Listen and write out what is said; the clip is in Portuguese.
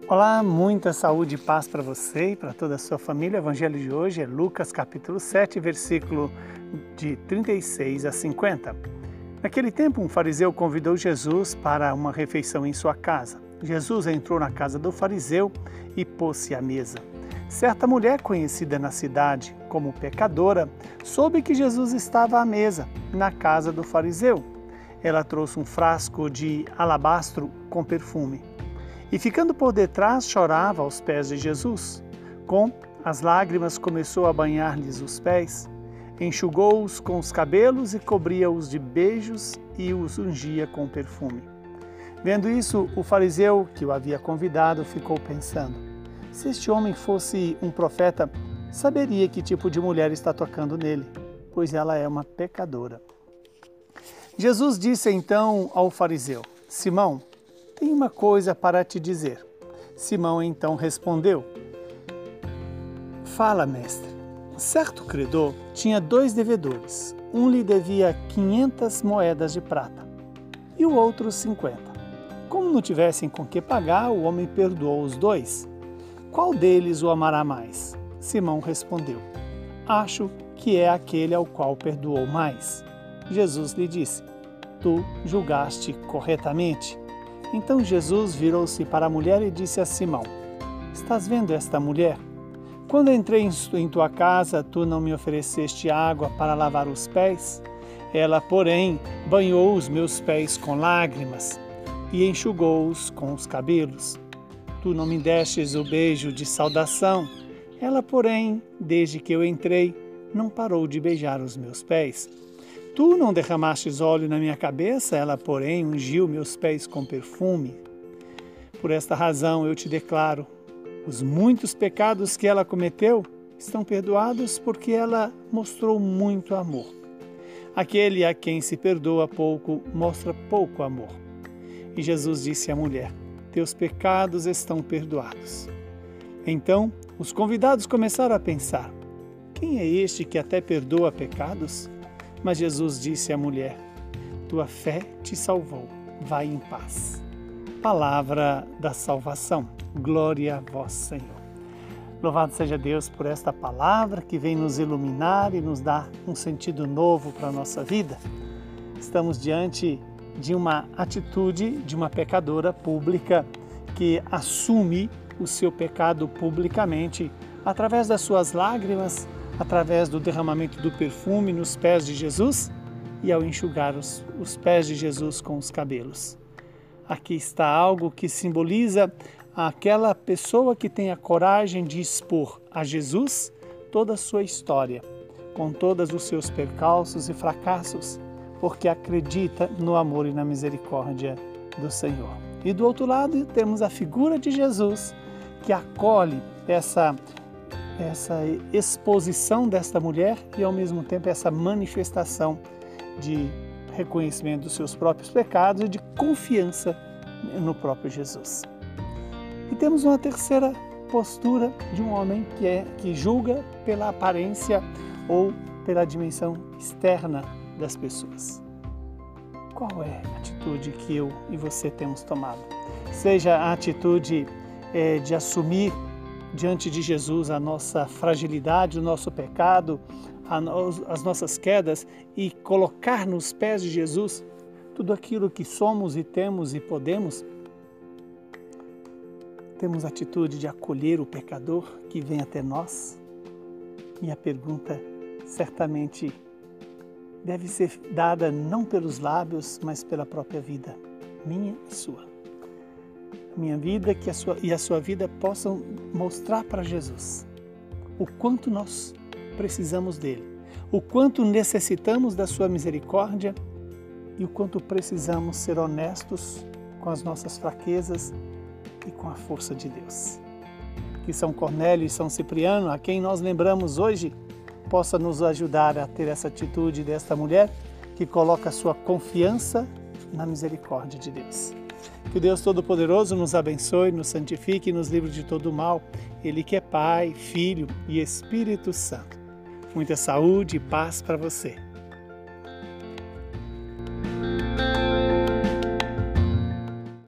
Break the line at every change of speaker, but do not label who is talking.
Olá, muita saúde e paz para você e para toda a sua família. O evangelho de hoje é Lucas capítulo 7, versículo de 36 a 50. Naquele tempo, um fariseu convidou Jesus para uma refeição em sua casa. Jesus entrou na casa do fariseu e pôs-se à mesa. Certa mulher conhecida na cidade como pecadora soube que Jesus estava à mesa na casa do fariseu. Ela trouxe um frasco de alabastro com perfume. E ficando por detrás, chorava aos pés de Jesus. Com as lágrimas começou a banhar-lhes os pés, enxugou-os com os cabelos e cobria-os de beijos e os ungia com perfume. Vendo isso, o fariseu que o havia convidado ficou pensando: se este homem fosse um profeta, saberia que tipo de mulher está tocando nele, pois ela é uma pecadora. Jesus disse então ao fariseu: Simão, tenho uma coisa para te dizer. Simão então respondeu: Fala, mestre. Certo credor tinha 2 devedores. Um lhe devia 500 moedas de prata e o outro 50. Como não tivessem com que pagar, o homem perdoou os 2. Qual deles o amará mais? Simão respondeu: Acho que é aquele ao qual perdoou mais. Jesus lhe disse: Tu julgaste corretamente. Então Jesus virou-se para a mulher e disse a Simão: Estás vendo esta mulher? Quando entrei em tua casa, tu não me ofereceste água para lavar os pés? Ela, porém, banhou os meus pés com lágrimas e enxugou-os com os cabelos. Tu não me destes o beijo de saudação. Ela, porém, desde que eu entrei, não parou de beijar os meus pés. Tu não derramastes óleo na minha cabeça, ela, porém, ungiu meus pés com perfume. Por esta razão eu te declaro, os muitos pecados que ela cometeu estão perdoados porque ela mostrou muito amor. Aquele a quem se perdoa pouco, mostra pouco amor. E Jesus disse à mulher: Teus pecados estão perdoados. Então, os convidados começaram a pensar: quem é este que até perdoa pecados? Mas Jesus disse à mulher: Tua fé te salvou, vai em paz. Palavra da salvação. Glória a vós, Senhor. Louvado seja Deus por esta palavra que vem nos iluminar e nos dar um sentido novo para a nossa vida. Estamos diante de uma atitude de uma pecadora pública que assume o seu pecado publicamente através das suas lágrimas, através do derramamento do perfume nos pés de Jesus e ao enxugar os pés de Jesus com os cabelos. Aqui está algo que simboliza aquela pessoa que tem a coragem de expor a Jesus toda a sua história, com todos os seus percalços e fracassos, porque acredita no amor e na misericórdia do Senhor. E do outro lado temos a figura de Jesus, que acolhe essa exposição desta mulher e ao mesmo tempo essa manifestação de reconhecimento dos seus próprios pecados e de confiança no próprio Jesus. E temos uma terceira postura de um homem que julga pela aparência ou pela dimensão externa das pessoas. Qual é a atitude que eu e você temos tomado? Seja a atitude de assumir diante de Jesus a nossa fragilidade, o nosso pecado, as nossas quedas e colocar nos pés de Jesus tudo aquilo que somos e temos e podemos. Temos a atitude de acolher o pecador que vem até nós? E a pergunta certamente deve ser dada não pelos lábios, mas pela própria vida, minha e sua. Minha vida e a sua vida possam mostrar para Jesus o quanto nós precisamos dele, o quanto necessitamos da sua misericórdia e o quanto precisamos ser honestos com as nossas fraquezas e com a força de Deus. Que São Cornélio e São Cipriano, a quem nós lembramos hoje, possa nos ajudar a ter essa atitude desta mulher que coloca a sua confiança na misericórdia de Deus. Que o Deus Todo-Poderoso nos abençoe, nos santifique e nos livre de todo o mal. Ele que é Pai, Filho e Espírito Santo. Muita saúde e paz para você.